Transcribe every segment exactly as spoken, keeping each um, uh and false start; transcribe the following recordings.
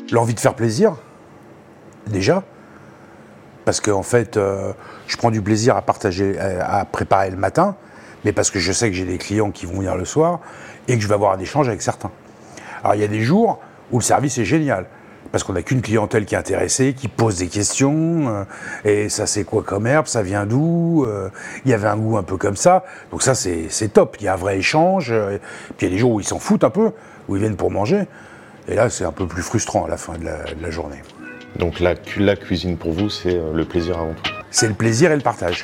L'envie de faire plaisir, déjà. Parce qu'en fait, euh, je prends du plaisir à partager, à, à préparer le matin, mais parce que je sais que j'ai des clients qui vont venir le soir et que je vais avoir un échange avec certains. Alors il y a des jours où le service est génial, parce qu'on n'a qu'une clientèle qui est intéressée, qui pose des questions, euh, et ça c'est quoi comme herbe, ça vient d'où, euh, il y avait un goût un peu comme ça, donc ça c'est, c'est top, il y a un vrai échange, euh, puis il y a des jours où ils s'en foutent un peu, où ils viennent pour manger, et là c'est un peu plus frustrant à la fin de la, de la journée. Donc la, la cuisine pour vous, c'est le plaisir avant tout. C'est le plaisir et le partage.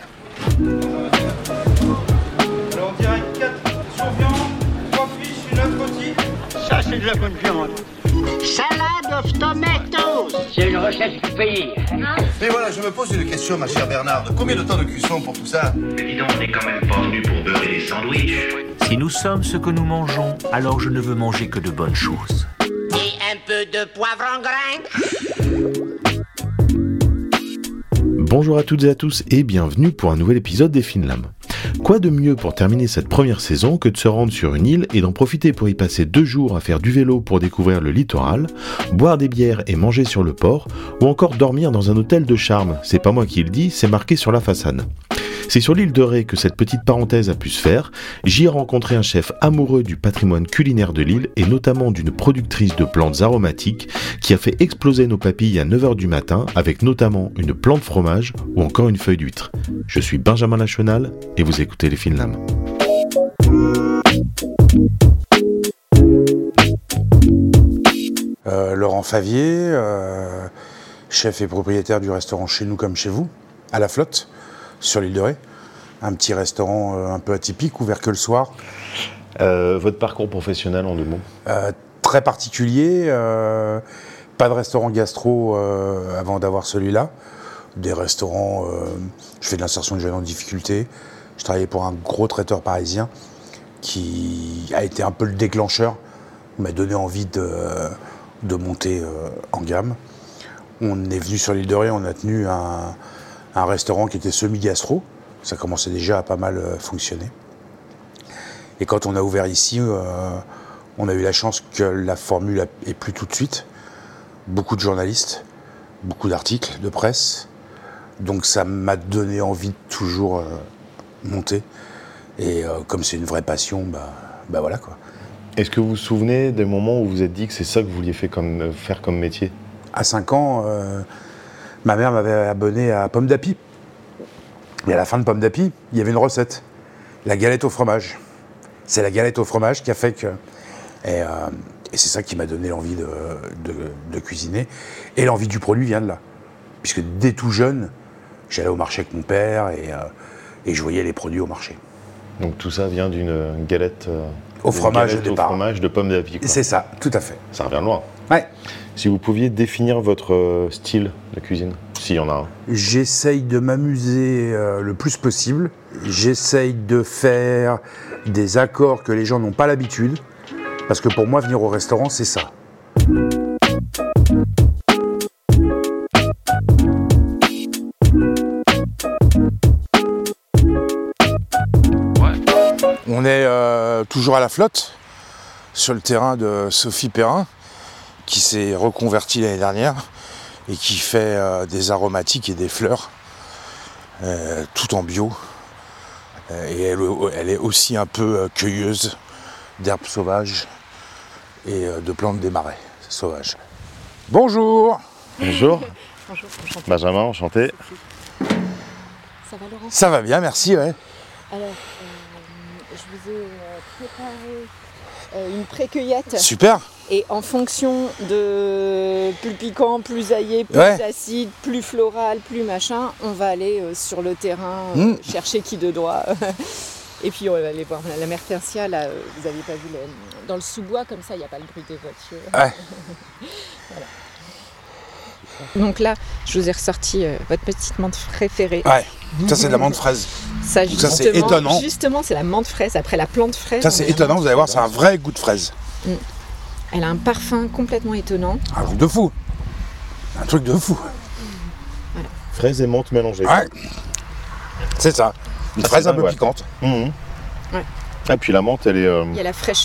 Alors on dirait quatre sur viande, trois fiches, une œuf rôti. Ça c'est de la bonne viande. Salade of tomatoes. C'est une recette du pays. Mais voilà, je me pose une question, ma chère Bernarde. Combien de temps de cuisson pour tout ça? Mais dis donc, on n'est quand même pas venu pour beurrer des sandwichs. Si nous sommes ce que nous mangeons, alors je ne veux manger que de bonnes choses. Et un peu de poivre en grains. Bonjour à toutes et à tous et bienvenue pour un nouvel épisode des Fines Lames. Quoi de mieux pour terminer cette première saison que de se rendre sur une île et d'en profiter pour y passer deux jours à faire du vélo pour découvrir le littoral, boire des bières et manger sur le port, ou encore dormir dans un hôtel de charme. C'est pas moi qui le dis, c'est marqué sur la façade. C'est sur l'île de Ré que cette petite parenthèse a pu se faire. J'y ai rencontré un chef amoureux du patrimoine culinaire de l'île et notamment d'une productrice de plantes aromatiques qui a fait exploser nos papilles à neuf heures du matin avec notamment une plante fromage ou encore une feuille d'huître. Je suis Benjamin Lachenal et vous écoutez Les Fines Lames. Euh, Laurent Favier, euh, chef et propriétaire du restaurant Chez nous comme chez vous, à la Flotte, sur l'île de Ré. Un petit restaurant euh, un peu atypique, ouvert que le soir. Euh, votre parcours professionnel en deux mots? euh, Très particulier. Euh, pas de restaurant gastro euh, avant d'avoir celui-là. Des restaurants... Euh, je fais de l'insertion de jeunes en difficulté. Je travaillais pour un gros traiteur parisien qui a été un peu le déclencheur. Il m'a donné envie de, de monter euh, en gamme. On est venu sur l'île de Ré, on a tenu un... un restaurant qui était semi-gastro, ça commençait déjà à pas mal euh, fonctionner. Et quand on a ouvert ici, euh, on a eu la chance que la formule ait plu tout de suite. Beaucoup de journalistes, beaucoup d'articles de presse. Donc ça m'a donné envie de toujours euh, monter. Et euh, comme c'est une vraie passion, bah, bah voilà quoi. Est-ce que vous vous souvenez des moments où vous vous êtes dit que c'est ça que vous vouliez faire comme, euh, faire comme métier? À cinq ans, euh, ma mère m'avait abonné à Pomme d'Api. Et à la fin de Pomme d'Api, il y avait une recette. La galette au fromage. C'est la galette au fromage qui a fait que... Et, euh, et c'est ça qui m'a donné l'envie de, de, de cuisiner. Et l'envie du produit vient de là. Puisque dès tout jeune, j'allais au marché avec mon père et, euh, et je voyais les produits au marché. Donc tout ça vient d'une galette... Euh, au fromage galette au départ. Au fromage de Pomme d'Api. C'est ça, tout à fait. Ça revient loin. Ouais. Si vous pouviez définir votre style de cuisine, s'il y en a un. J'essaye de m'amuser euh, le plus possible. J'essaye de faire des accords que les gens n'ont pas l'habitude. Parce que pour moi, venir au restaurant, c'est ça. On est euh, toujours à la Flotte, sur le terrain de Sophie Perrin, qui s'est reconvertie l'année dernière et qui fait euh, des aromatiques et des fleurs, euh, tout en bio. Euh, et elle, elle est aussi un peu euh, cueilleuse d'herbes sauvages et euh, de plantes des marais sauvages. Bonjour. Bonjour. Bonjour, enchanté. Benjamin, enchanté. Ça va Laurent? Ça va bien, merci. Ouais. Alors, euh, je vous ai euh, préparé euh, une pré-cueillette. Super. Et en fonction de plus piquant, plus aillé, plus ouais. acide, plus floral, plus machin, on va aller euh, sur le terrain euh, mmh. chercher qui de doigt. Et puis on va aller voir la mer Tertia, là, vous n'avez pas vu, le, dans le sous-bois, comme ça, il n'y a pas le bruit des voitures. Ouais. Voilà. Donc là, je vous ai ressorti euh, votre petite menthe préférée. Ouais, ça c'est de la menthe fraise. Ça, ça c'est étonnant. Justement, c'est la menthe fraise, après la plante fraise. Ça c'est étonnant, vous allez voir, c'est un vrai goût de fraise. Mmh. Elle a un parfum complètement étonnant. Un truc de fou. Un truc de fou. Voilà. Fraise et menthe mélangées. Ouais. C'est ça. Une ça, fraise un dingue, peu ouais. piquante. Mmh. Ouais. Et puis la menthe, elle est... Euh... Il y a la fraîcheur.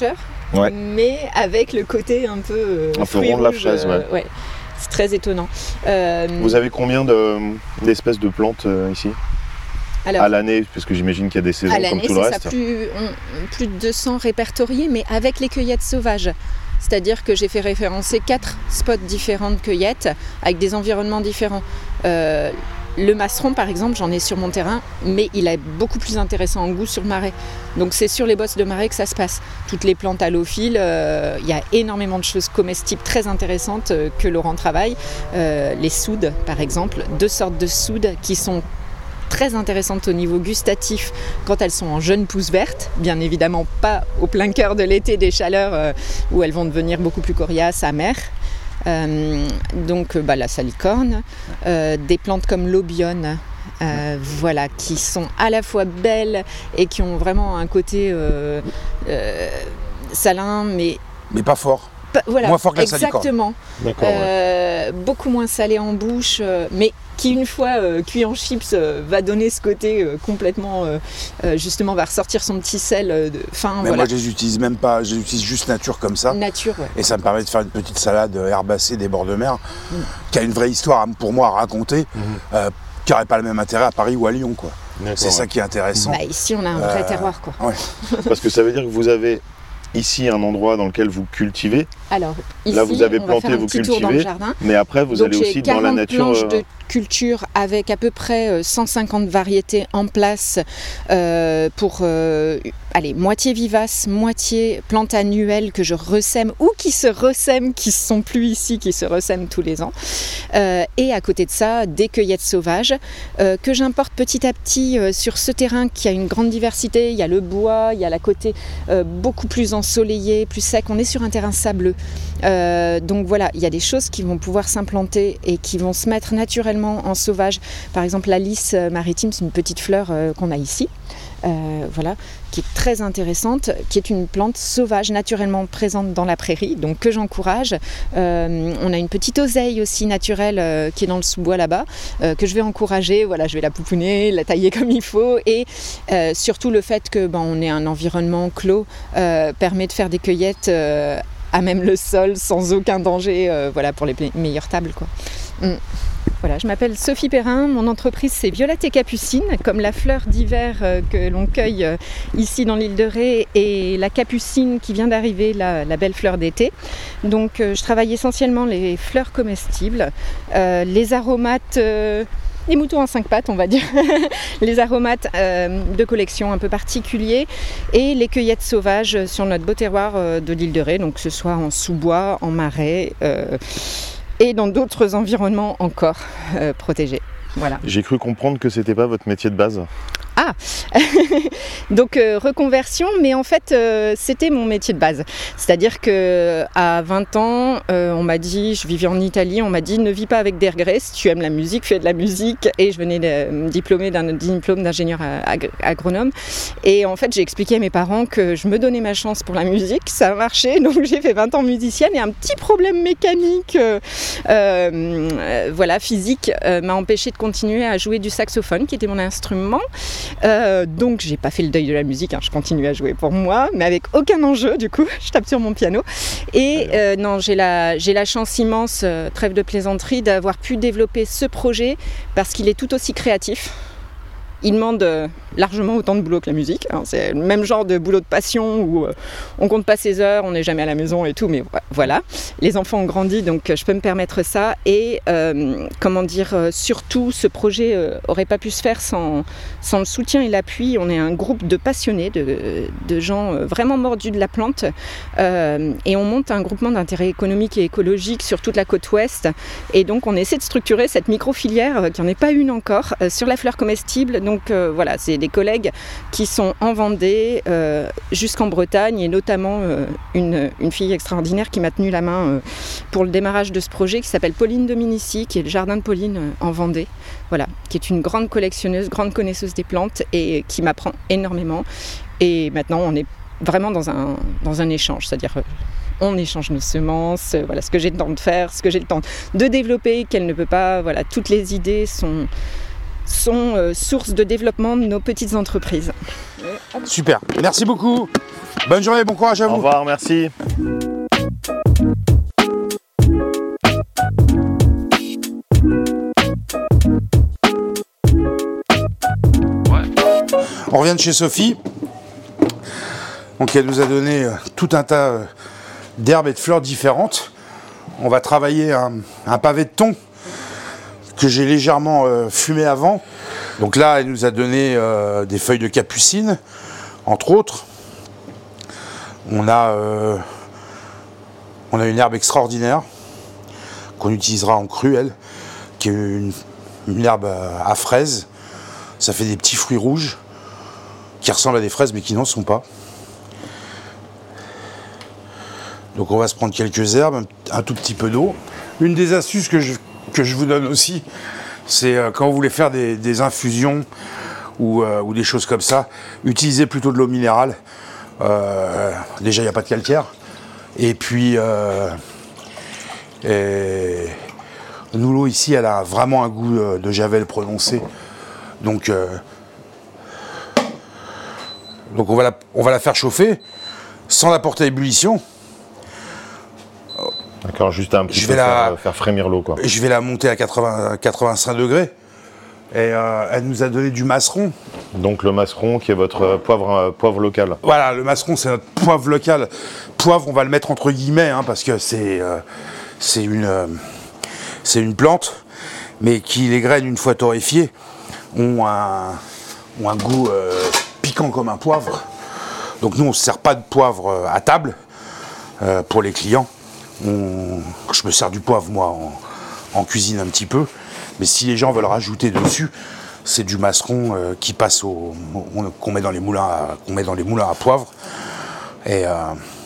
Ouais. mais avec le côté un peu euh, Un peu fruits rond de la rouges, fraise, ouais. euh, ouais. C'est très étonnant. Euh, Vous avez combien de, d'espèces de plantes euh, ici alors, à l'année, parce que j'imagine qu'il y a des saisons à comme l'année, tout le c'est reste. ça, plus, on- plus de deux cents répertoriés, mais avec les cueillettes sauvages. C'est-à-dire que j'ai fait référencer quatre spots différents de cueillettes avec des environnements différents. Euh, le masseron, par exemple, j'en ai sur mon terrain, mais il est beaucoup plus intéressant en goût sur marais. Donc c'est sur les bosses de marais que ça se passe. Toutes les plantes halophiles, euh, il y a énormément de choses comestibles très intéressantes euh, que Laurent travaille. Euh, les soudes, par exemple, deux sortes de soudes qui sont très intéressantes au niveau gustatif quand elles sont en jeunes pousses vertes, bien évidemment pas au plein cœur de l'été des chaleurs euh, où elles vont devenir beaucoup plus coriaces, amères. Euh, donc bah, la salicorne, euh, des plantes comme l'obione, euh, voilà, qui sont à la fois belles et qui ont vraiment un côté euh, euh, salin, mais Mais pas fort. pas- voilà, Moins fort que la salicorne. exactement. D'accord. ouais. Euh, beaucoup moins salé en bouche, euh, mais qui une fois euh, cuit en chips euh, va donner ce côté euh, complètement, euh, euh, justement, va ressortir son petit sel euh, de fin. Mais voilà. moi, je les utilise même pas. Je les utilise juste nature comme ça. Nature, ouais. Et ça me permet de faire une petite salade herbacée des bords de mer, qui a une vraie histoire à- pour moi à raconter, euh, qui n'aurait pas le même intérêt à Paris ou à Lyon, quoi. D'accord, C'est ça ouais. qui est intéressant. Bah, ici, on a un vrai Euh, terroir, quoi. Ouais. Parce que ça veut dire que vous avez ici un endroit dans lequel vous cultivez, Alors, ici, Là, vous avez on planté, va faire un vous petit tour dans le cultivez. jardin. mais après vous Donc, allez j'ai aussi dans la quarante nature. planches euh, de culture avec à peu près euh, cent cinquante variétés en place euh, pour, euh, allez, moitié vivaces, moitié plantes annuelles que je ressème ou qui se ressèment, qui ne sont plus ici, qui se ressèment tous les ans. Euh, et à côté de ça, des cueillettes sauvages euh, que j'importe petit à petit euh, sur ce terrain qui a une grande diversité. Il y a le bois, il y a la côté euh, beaucoup plus ensoleillé, plus sec. On est sur un terrain sableux. Euh, donc voilà, il y a des choses qui vont pouvoir s'implanter et qui vont se mettre naturellement en sauvage. Par exemple, la lys maritime, c'est une petite fleur euh, qu'on a ici. Euh, voilà, qui est très intéressante, qui est une plante sauvage naturellement présente dans la prairie, donc que j'encourage. Euh, on a une petite oseille aussi naturelle euh, qui est dans le sous-bois là-bas, euh, que je vais encourager. Voilà, je vais la pouponner, la tailler comme il faut, et euh, surtout le fait que ben, on ait un environnement clos euh, permet de faire des cueillettes euh, à même le sol sans aucun danger, euh, voilà, pour les meilleures tables, quoi. Mm. Voilà, je m'appelle Sophie Perrin, mon entreprise c'est Violette et Capucine, comme la fleur d'hiver euh, que l'on cueille euh, ici dans l'île de Ré et la capucine qui vient d'arriver, la, la belle fleur d'été. Donc euh, je travaille essentiellement les fleurs comestibles, euh, les aromates, euh, les moutons à cinq pattes on va dire, les aromates euh, de collection un peu particuliers et les cueillettes sauvages sur notre beau terroir euh, de l'île de Ré, donc que ce soit en sous-bois, en marais, euh, et dans d'autres environnements encore euh, protégés. Voilà. J'ai cru comprendre que c'était pas votre métier de base. Ah donc euh, reconversion, mais en fait euh, c'était mon métier de base. C'est-à-dire que à vingt ans, euh, on m'a dit, je vivais en Italie, on m'a dit ne vis pas avec des regrets, si tu aimes la musique, fais de la musique. Et je venais de me diplômer d'un diplôme d'ingénieur ag- agronome. Et en fait j'ai expliqué à mes parents que je me donnais ma chance pour la musique, ça a marché, donc j'ai fait vingt ans musicienne et un petit problème mécanique, euh, euh, voilà, physique, euh, m'a empêché de continuer à jouer du saxophone, qui était mon instrument. Euh, donc j'ai pas fait le deuil de la musique, hein, je continue à jouer pour moi, mais avec aucun enjeu du coup, je tape sur mon piano. Et euh, non, j'ai la, j'ai la chance immense, euh, trêve de plaisanterie, d'avoir pu développer ce projet parce qu'il est tout aussi créatif. Il demande euh, largement autant de boulot que la musique, hein. C'est le même genre de boulot de passion où euh, on compte pas ses heures, on n'est jamais à la maison et tout, mais voilà. Les enfants ont grandi, donc euh, je peux me permettre ça. Et euh, comment dire, euh, surtout, ce projet euh, aurait pas pu se faire sans, sans le soutien et l'appui. On est un groupe de passionnés, de, de gens euh, vraiment mordus de la plante, euh, et on monte un groupement d'intérêt économique et écologique sur toute la côte ouest. Et donc on essaie de structurer cette micro-filière, euh, qui n'en est pas une encore, euh, sur la fleur comestible. Donc, Donc euh, voilà, c'est des collègues qui sont en Vendée euh, jusqu'en Bretagne, et notamment euh, une, une fille extraordinaire qui m'a tenu la main euh, pour le démarrage de ce projet, qui s'appelle Pauline Dominici, qui est le jardin de Pauline euh, en Vendée, voilà, qui est une grande collectionneuse, grande connaisseuse des plantes et qui m'apprend énormément. Et maintenant, on est vraiment dans un, dans un échange, c'est-à-dire euh, on échange nos semences, euh, voilà, ce que j'ai le temps de faire, ce que j'ai le temps de développer, qu'elle ne peut pas, voilà, toutes les idées sont... sont euh, source de développement de nos petites entreprises. Super, merci beaucoup. Bonne journée, bon courage à vous. Au revoir, merci. On revient de chez Sophie. Donc elle nous a donné euh, tout un tas euh, d'herbes et de fleurs différentes. On va travailler un, un pavé de thon que j'ai légèrement euh, fumé avant. Donc là, elle nous a donné euh, des feuilles de capucine, entre autres. On a, euh, on a une herbe extraordinaire qu'on utilisera en crue, elle, qui est une, une herbe à, à fraises. Ça fait des petits fruits rouges qui ressemblent à des fraises mais qui n'en sont pas. Donc on va se prendre quelques herbes, un, un tout petit peu d'eau. Une des astuces que je, que je vous donne aussi, c'est euh, quand vous voulez faire des, des infusions ou, euh, ou des choses comme ça, utilisez plutôt de l'eau minérale. Euh, déjà il n'y a pas de calcaire. Et puis euh, et, nous l'eau ici elle a vraiment un goût euh, de javel prononcé. Donc, euh, donc on, va la, on va la faire chauffer sans la porter à ébullition. D'accord, juste un petit Je peu vais la- faire, faire frémir l'eau, quoi. Je vais la monter à quatre-vingts, quatre-vingt-cinq degrés. Et euh, elle nous a donné du masseron. Donc le masseron qui est votre euh, poivre, euh, poivre local. Voilà, le masseron c'est notre poivre local. Poivre, on va le mettre entre guillemets, hein, parce que c'est euh, c'est une, euh, c'est une plante, mais qui, les graines, une fois torréfiées, ont un, ont un goût euh, piquant comme un poivre. Donc nous, on ne se sert pas de poivre euh, à table euh, pour les clients. On, je me sers du poivre, moi, en, en cuisine un petit peu. Mais si les gens veulent rajouter dessus, c'est du masseron euh, qui passe au, au- qu'on met dans les moulins à, qu'on met dans les moulins à poivre. Et euh,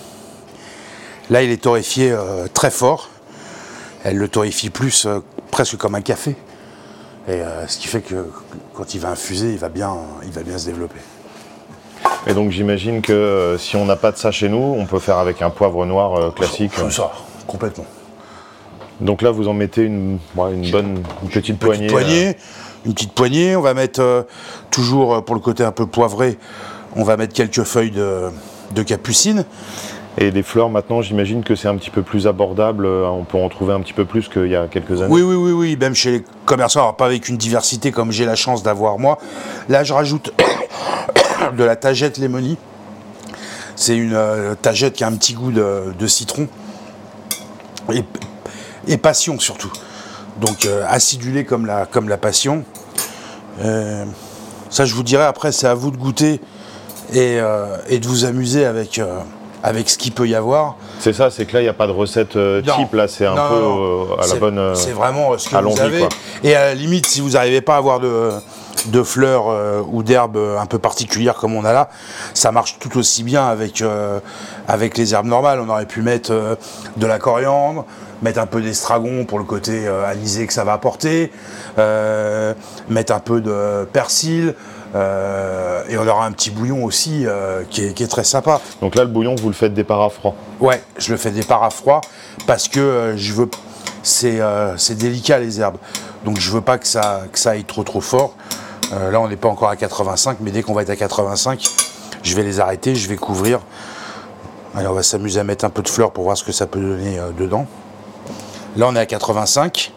là, il est torréfié euh, très fort. Elle le torréfie plus, euh, presque comme un café. Et euh, ce qui fait que quand il va infuser, il va bien, il va bien se développer. Et donc j'imagine que euh, si on n'a pas de ça chez nous, on peut faire avec un poivre noir euh, classique. Comme ça, complètement. Donc là, vous en mettez une, ouais, une bonne, une petite Une poignée. petite poignée, une petite poignée. On va mettre euh, toujours euh, pour le côté un peu poivré, on va mettre quelques feuilles de, de capucine. euh, Et les fleurs, maintenant, j'imagine que c'est un petit peu plus abordable. euh, On peut en trouver un petit peu plus qu'il y a quelques années. Oui, oui, oui, oui. Même chez les commerçants, alors pas avec une diversité comme j'ai la chance d'avoir moi. Là, je rajoute de la tagette lémonie. C'est une euh, tagette qui a un petit goût de, de citron et, et passion surtout. Donc euh, acidulé comme la, comme la passion. Euh, ça, je vous dirai après, c'est à vous de goûter et, euh, et de vous amuser avec, euh, avec ce qu'il peut y avoir. C'est ça, c'est que là, il n'y a pas de recette euh, Non. type. Là, c'est un Non, peu non, euh, à la C'est- bonne. euh, C'est vraiment euh, ce que vous allons-y, avez. quoi. Et à la limite, si vous n'arrivez pas à avoir de, de fleurs euh, ou d'herbes euh, un peu particulières comme on a là, ça marche tout aussi bien avec, euh, avec les herbes normales. On aurait pu mettre euh, de la coriandre, mettre un peu d'estragon pour le côté euh, anisé que ça va apporter, euh, mettre un peu de persil. euh, et on aura un petit bouillon aussi euh, qui, est, qui est très sympa. Donc là, le bouillon, vous le faites départ à froid. Ouais, je le fais départ à froid parce que euh, je veux, c'est euh, c'est délicat les herbes, donc je veux pas que ça, que ça aille trop trop fort. Euh, là, on n'est pas encore à quatre-vingt-cinq, mais dès qu'on va être à quatre-vingt-cinq, je vais les arrêter, je vais couvrir. Allez, on va s'amuser à mettre un peu de fleurs pour voir ce que ça peut donner euh, dedans. Là, on est à quatre-vingt-cinq.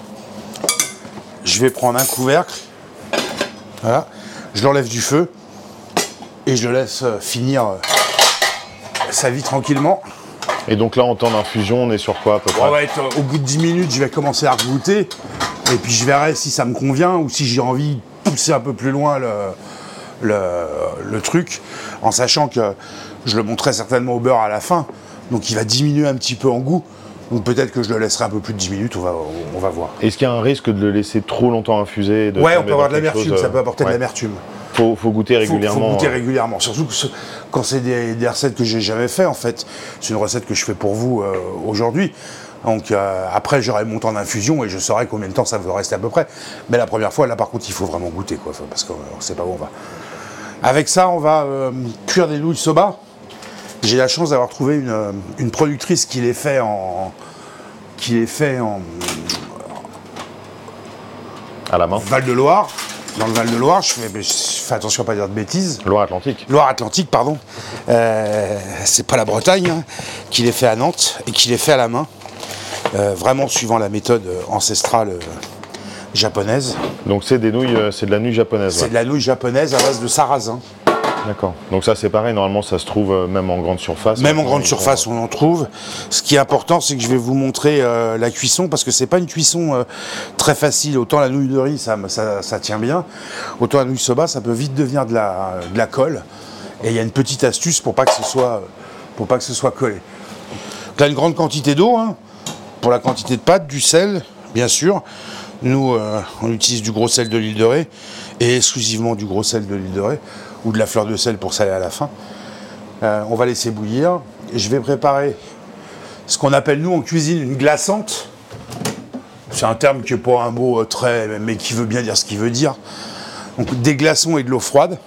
Je vais prendre un couvercle. Voilà. Je l'enlève du feu et je le laisse euh, finir euh, sa vie tranquillement. Et donc là, en temps d'infusion, on est sur quoi à peu près? On va être euh, au bout de dix minutes, je vais commencer à goûter et puis je verrai si ça me convient ou si j'ai envie de pousser un peu plus loin le, le, le truc, en sachant que je le montrerai certainement au beurre à la fin, donc il va diminuer un petit peu en goût. Donc peut-être que je le laisserai un peu plus de dix minutes, on va, on va voir. Est-ce qu'il y a un risque de le laisser trop longtemps infuser de Ouais, on tomber peut avoir de dans quelque l'amertume, chose, ça peut apporter ouais. de l'amertume. Faut, faut goûter Faut, régulièrement. faut goûter euh, régulièrement, surtout que ce- quand c'est des, des recettes que j'ai jamais fait en fait. C'est une recette que je fais pour vous euh, aujourd'hui. Donc euh, après j'aurai mon temps d'infusion et je saurai combien de temps ça va rester à peu près. Mais la première fois là par contre il faut vraiment goûter quoi, parce qu'on ne sait pas où on va. Avec ça on va euh, cuire des nouilles soba. J'ai la chance d'avoir trouvé une, euh, une productrice qui les fait en qui les fait en à la main. Val-de-Loire. dans le Val-de-Loire. Je fais, je fais attention à pas dire de bêtises. Loire-Atlantique. Loire-Atlantique, pardon. Euh, c'est pas la Bretagne, hein, qui les fait à Nantes et qui les fait à la main. Euh, vraiment suivant la méthode ancestrale euh, japonaise. Donc c'est des nouilles, euh, c'est de la nouille japonaise. C'est ouais. de la nouille japonaise à base de sarrasin. D'accord. Donc ça c'est pareil, normalement ça se trouve euh, même en grande surface. Même en Enfin, grande ils surface, ont- on en trouve. Ce qui est important, c'est que je vais vous montrer euh, la cuisson, parce que c'est pas une cuisson euh, très facile. Autant la nouille de riz, ça, ça, ça tient bien. Autant la nouille soba, ça peut vite devenir de la, de la colle. Et il y a une petite astuce pour pas que ce soit, pour pas que ce soit collé. Donc là, une grande quantité d'eau, hein, pour la quantité de pâte, du sel, bien sûr. Nous, euh, on utilise du gros sel de l'île de Ré, et exclusivement du gros sel de l'île de Ré, ou de la fleur de sel pour saler à la fin. Euh, on va laisser bouillir, et je vais préparer ce qu'on appelle, nous, en cuisine, une glaçante. C'est un terme qui n'est pas un mot euh, très... mais qui veut bien dire ce qu'il veut dire. Donc des glaçons et de l'eau froide.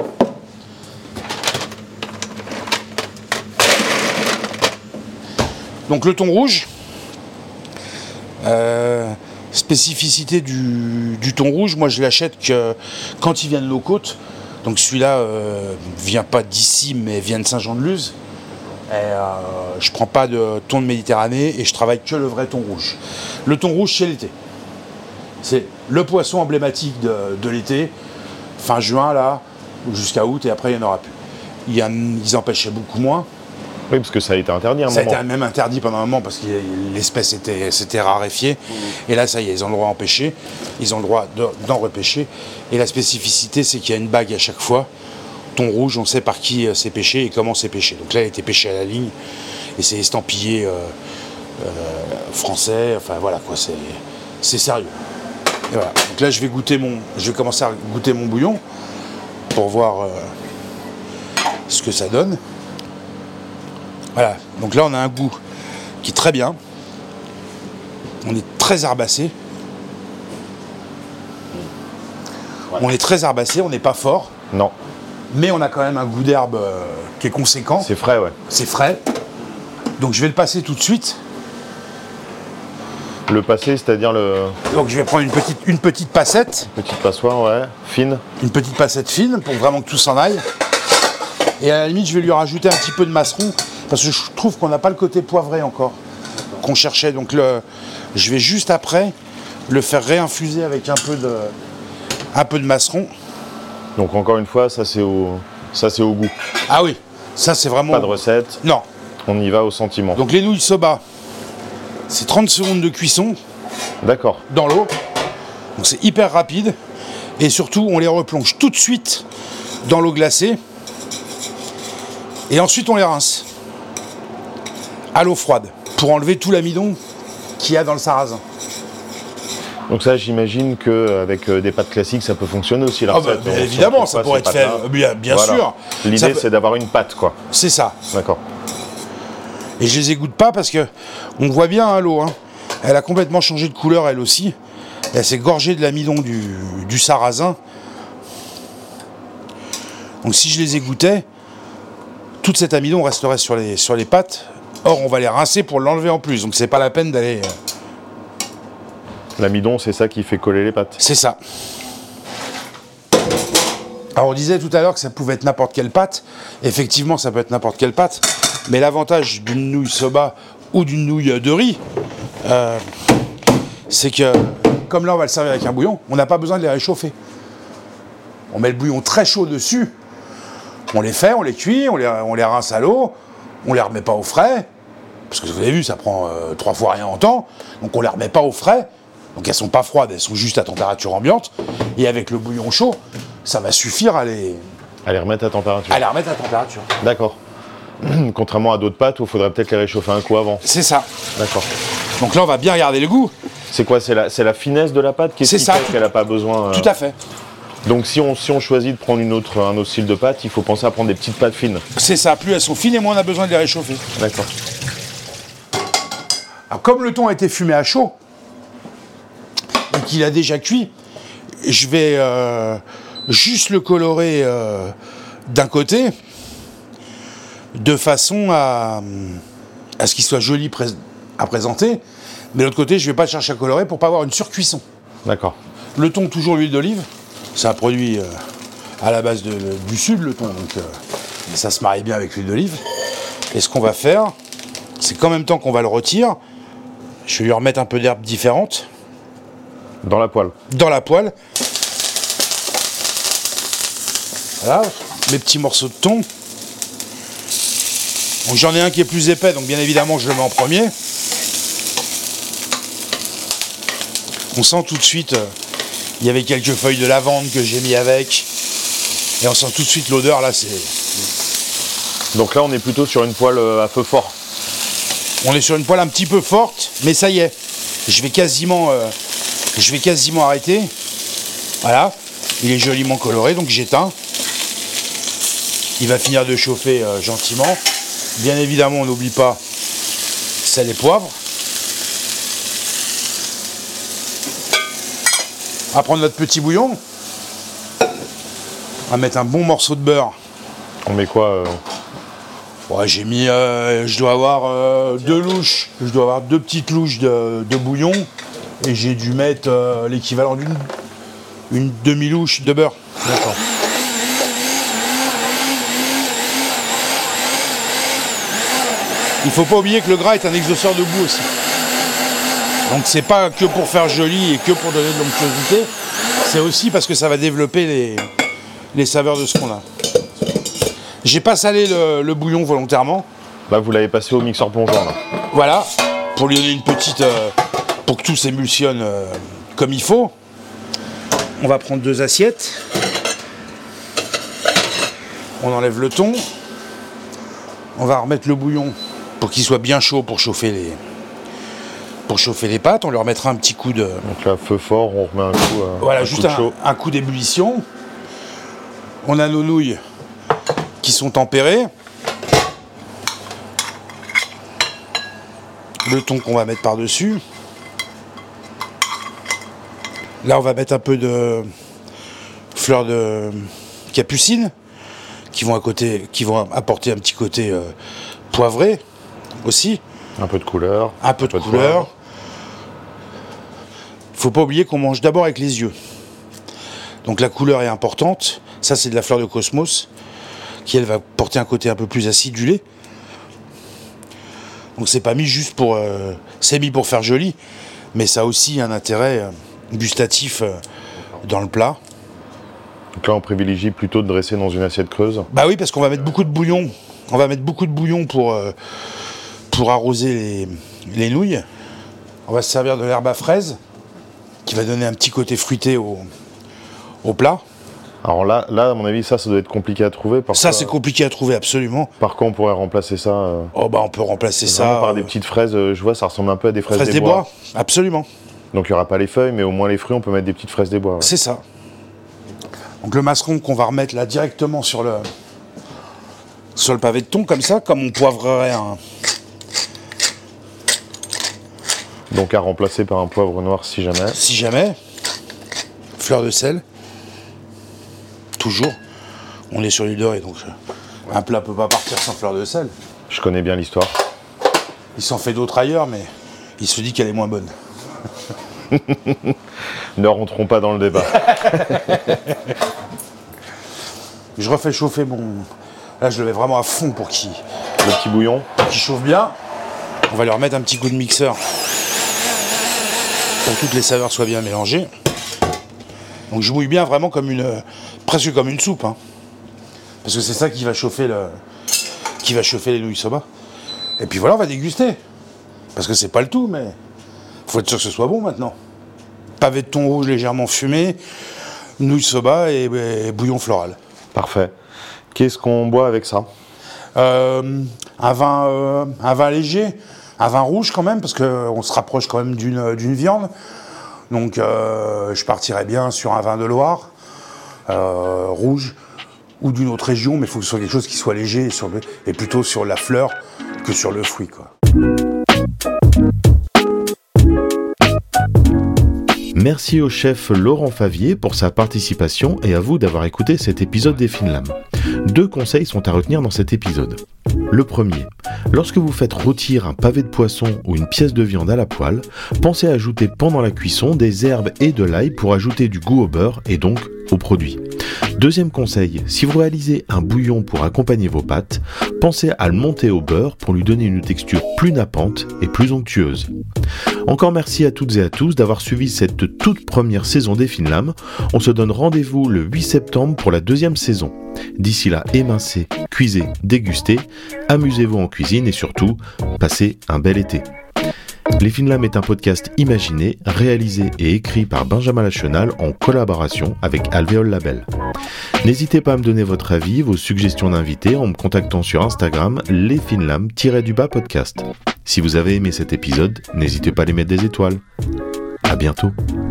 Donc le thon rouge. Euh, spécificité du, du thon rouge, moi je l'achète que quand il vient de nos côtes. Donc celui-là euh, vient pas d'ici, mais vient de Saint-Jean-de-Luz. Et, euh, je prends pas de thon de Méditerranée et je travaille que le vrai thon rouge. Le thon rouge, c'est l'été. C'est le poisson emblématique de, de l'été, fin juin là, jusqu'à août, et après il n'y en aura plus. Il y a, ils en pêchaient beaucoup moins. Oui, parce que ça a été interdit à un Ça a moment. été même interdit pendant un moment parce que l'espèce était, s'était raréfiée. Et là, ça y est, ils ont le droit d'en pêcher. Ils ont le droit de- d'en repêcher. Et la spécificité, c'est qu'il y a une bague à chaque fois. Thon rouge, on sait par qui euh, c'est pêché et comment c'est pêché. Donc là, il a été pêché à la ligne. Et c'est estampillé euh, euh, français. Enfin voilà, quoi, c'est, c'est sérieux. Et voilà. Donc là, je vais goûter mon, je vais commencer à goûter mon bouillon pour voir euh, ce que ça donne. Voilà, donc là on a un goût qui est très bien. On est très herbacé. On est très herbacé, on n'est pas fort, Non, mais on a quand même un goût d'herbe euh, qui est conséquent. c'est frais, ouais. C'est frais. Donc je vais le passer tout de suite. Le passé, c'est-à-dire le Donc je vais prendre une petite, une petite passette, petite passoire, ouais, fine. une petite passette fine pour vraiment que tout s'en aille. Et à la limite, je vais lui rajouter un petit peu de maceron parce que je trouve qu'on n'a pas le côté poivré encore qu'on cherchait. Donc le, je vais juste après le faire réinfuser avec un peu de, un peu de maceron. Donc encore une fois, ça c'est au, ça c'est au goût. Ah oui, ça c'est vraiment... Pas de recette, Non. on y va au sentiment. Donc les nouilles soba, c'est trente secondes de cuisson D'accord. dans l'eau. Donc c'est hyper rapide. Et surtout, on les replonge tout de suite dans l'eau glacée. Et ensuite, on les rince à l'eau froide pour enlever tout l'amidon qu'il y a dans le sarrasin. Donc ça, j'imagine qu'avec des pâtes classiques, ça peut fonctionner aussi la Ah bah, recette. bien On évidemment, se ça retrouve pourrait pas être ces fait, pâtes-là. bien, bien Voilà. sûr. Ça L'idée, peut- c'est d'avoir une pâte, quoi. C'est ça. D'accord. Et je les égoutte pas parce que on voit bien hein, l'eau. Hein. Elle a complètement changé de couleur elle aussi. Elle s'est gorgée de l'amidon du, du sarrasin. Donc si je les égouttais, toute cet amidon resterait sur les, sur les pâtes. Or on va les rincer pour l'enlever en plus. Donc c'est pas la peine d'aller... euh, L'amidon, c'est ça qui fait coller les pâtes. C'est ça. Alors on disait tout à l'heure que ça pouvait être n'importe quelle pâte. Effectivement, ça peut être n'importe quelle pâte. Mais l'avantage d'une nouille soba ou d'une nouille de riz, euh, c'est que, comme là on va le servir avec un bouillon, on n'a pas besoin de les réchauffer. On met le bouillon très chaud dessus, on les fait, on les cuit, on les, on les rince à l'eau, on les remet pas au frais, parce que vous avez vu, ça prend euh, trois fois rien en temps, donc on les remet pas au frais, donc elles sont pas froides, elles sont juste à température ambiante, et avec le bouillon chaud, ça va suffire à les, À les remettre à température. à les remettre à température. D'accord. Contrairement à d'autres pâtes où il faudrait peut-être les réchauffer un coup avant. C'est ça. D'accord. Donc là, on va bien regarder le goût. C'est quoi? C'est la, c'est la finesse de la pâte qui C'est ça, fait tout- qu'elle n'a pas besoin. euh, Tout à fait. Donc si on, si on choisit de prendre une autre, un autre style de pâte, il faut penser à prendre des petites pâtes fines. C'est ça. Plus elles sont fines et moins on a besoin de les réchauffer. D'accord. Alors, comme le thon a été fumé à chaud, et qu'il a déjà cuit, je vais euh, juste le colorer euh, d'un côté, de façon à, à ce qu'il soit joli pré- à présenter. Mais de l'autre côté, je ne vais pas chercher à colorer pour pas avoir une surcuisson. D'accord. Le thon, toujours l'huile d'olive. C'est un produit euh, à la base de, de, du sud, le thon, donc euh, ça se marie bien avec l'huile d'olive. Et ce qu'on va faire, c'est qu'en même temps qu'on va le rôtir, je vais lui remettre un peu d'herbes différentes. Dans la poêle. Dans la poêle. Voilà, mes petits morceaux de thon. Donc j'en ai un qui est plus épais, donc bien évidemment je le mets en premier. On sent tout de suite, euh, il y avait quelques feuilles de lavande que j'ai mis avec. Et on sent tout de suite l'odeur, là c'est... Donc là on est plutôt sur une poêle à feu fort. On est sur une poêle un petit peu forte, mais ça y est, je vais quasiment, euh, je vais quasiment arrêter. Voilà, il est joliment coloré, donc j'éteins. Il va finir de chauffer euh, gentiment. Bien évidemment, on n'oublie pas sel et poivre. On va prendre notre petit bouillon. On va mettre un bon morceau de beurre. On met quoi euh... Ouais, j'ai mis, euh, je dois avoir euh, deux louches, je dois avoir deux petites louches de, de bouillon et j'ai dû mettre euh, l'équivalent d'une une demi-louche de beurre. D'accord. Il faut pas oublier que le gras est un exhausteur de boue aussi. Donc c'est pas que pour faire joli et que pour donner de l'onctuosité, c'est aussi parce que ça va développer les, les saveurs de ce qu'on a. J'ai pas salé le, le bouillon volontairement. Là, vous l'avez passé au mixeur plongeant, là. Voilà, pour lui donner une petite... Euh, pour que tout s'émulsionne euh, comme il faut. On va prendre deux assiettes. On enlève le thon. On va remettre le bouillon pour qu'il soit bien chaud pour chauffer les... pour chauffer les pâtes. On lui remettra un petit coup de... Donc là, feu fort, on remet un coup, euh, voilà, un juste coup de un, chaud. un coup d'ébullition. On a nos nouilles qui sont tempérées. Le thon qu'on va mettre par-dessus. Là, on va mettre un peu de fleurs de capucine qui vont, à côté, qui vont apporter un petit côté euh, poivré aussi. Un peu de couleur. Un peu un de peu couleur. De faut pas oublier qu'on mange d'abord avec les yeux. Donc la couleur est importante. Ça, c'est de la fleur de cosmos qui, elle, va porter un côté un peu plus acidulé. Donc c'est pas mis juste pour... Euh, c'est mis pour faire joli, mais ça a aussi un intérêt euh, gustatif euh, dans le plat. Donc là, on privilégie plutôt de dresser dans une assiette creuse. Bah oui, parce qu'on va mettre beaucoup de bouillon. On va mettre beaucoup de bouillon pour, euh, pour arroser les, les nouilles. On va se servir de l'herbe à fraise, qui va donner un petit côté fruité au, au plat. Alors là, là, à mon avis, ça, ça doit être compliqué à trouver. Par Ça, quoi, c'est compliqué à trouver, absolument. Par quoi on pourrait remplacer ça euh, Oh bah on peut remplacer ça par euh, des petites fraises. euh, Je vois, ça ressemble un peu à des fraises, fraises des, des bois. bois. Absolument. Donc il n'y aura pas les feuilles, mais au moins les fruits, on peut mettre des petites fraises des bois. Ouais. C'est ça. Donc le masseron qu'on va remettre là directement sur le sur le pavé de thon, comme ça, comme on poivrerait un... Donc à remplacer par un poivre noir si jamais. Si jamais. Fleur de sel. Toujours. On est sur l'huile dorée, donc un plat peut pas partir sans fleur de sel. Je connais bien l'histoire. Il s'en fait d'autres ailleurs, mais il se dit qu'elle est moins bonne. Ne rentrons pas dans le débat. Je refais chauffer mon... Là, je le mets vraiment à fond pour qu'il Le petit bouillon. qu'il chauffe bien. On va lui remettre un petit coup de mixeur pour que toutes les saveurs soient bien mélangées. Donc je mouille bien vraiment comme une... presque comme une soupe. Hein. Parce que c'est ça qui va chauffer le... qui va chauffer les nouilles soba. Et puis voilà, on va déguster. Parce que c'est pas le tout, mais faut être sûr que ce soit bon maintenant. Pavé de thon rouge légèrement fumé, nouilles soba et, et bouillon floral. Parfait. Qu'est-ce qu'on boit avec ça? Euh, un, vin, euh, un vin léger, un vin rouge quand même, parce qu'on se rapproche quand même d'une, d'une viande. Donc euh, je partirais bien sur un vin de Loire, euh, rouge, ou d'une autre région, mais il faut que ce soit quelque chose qui soit léger, sur le, et plutôt sur la fleur que sur le fruit, quoi. Merci au chef Laurent Favier pour sa participation et à vous d'avoir écouté cet épisode des Fines Lames. Deux conseils sont à retenir dans cet épisode. Le premier, lorsque vous faites rôtir un pavé de poisson ou une pièce de viande à la poêle, pensez à ajouter pendant la cuisson des herbes et de l'ail pour ajouter du goût au beurre et donc au produit. Deuxième conseil, si vous réalisez un bouillon pour accompagner vos pâtes, pensez à le monter au beurre pour lui donner une texture plus nappante et plus onctueuse. Encore merci à toutes et à tous d'avoir suivi cette toute première saison des Fines Lames. On se donne rendez-vous le huit septembre pour la deuxième saison. D'ici là, émincez, cuisez, dégustez, amusez-vous en cuisine et surtout, passez un bel été. Les Fines Lames est un podcast imaginé, réalisé et écrit par Benjamin Lachenal en collaboration avec Alvéole Label. N'hésitez pas à me donner votre avis, vos suggestions d'invités en me contactant sur Instagram lesfinelames-du-bas podcast. Si vous avez aimé cet épisode, n'hésitez pas à les mettre des étoiles. À bientôt.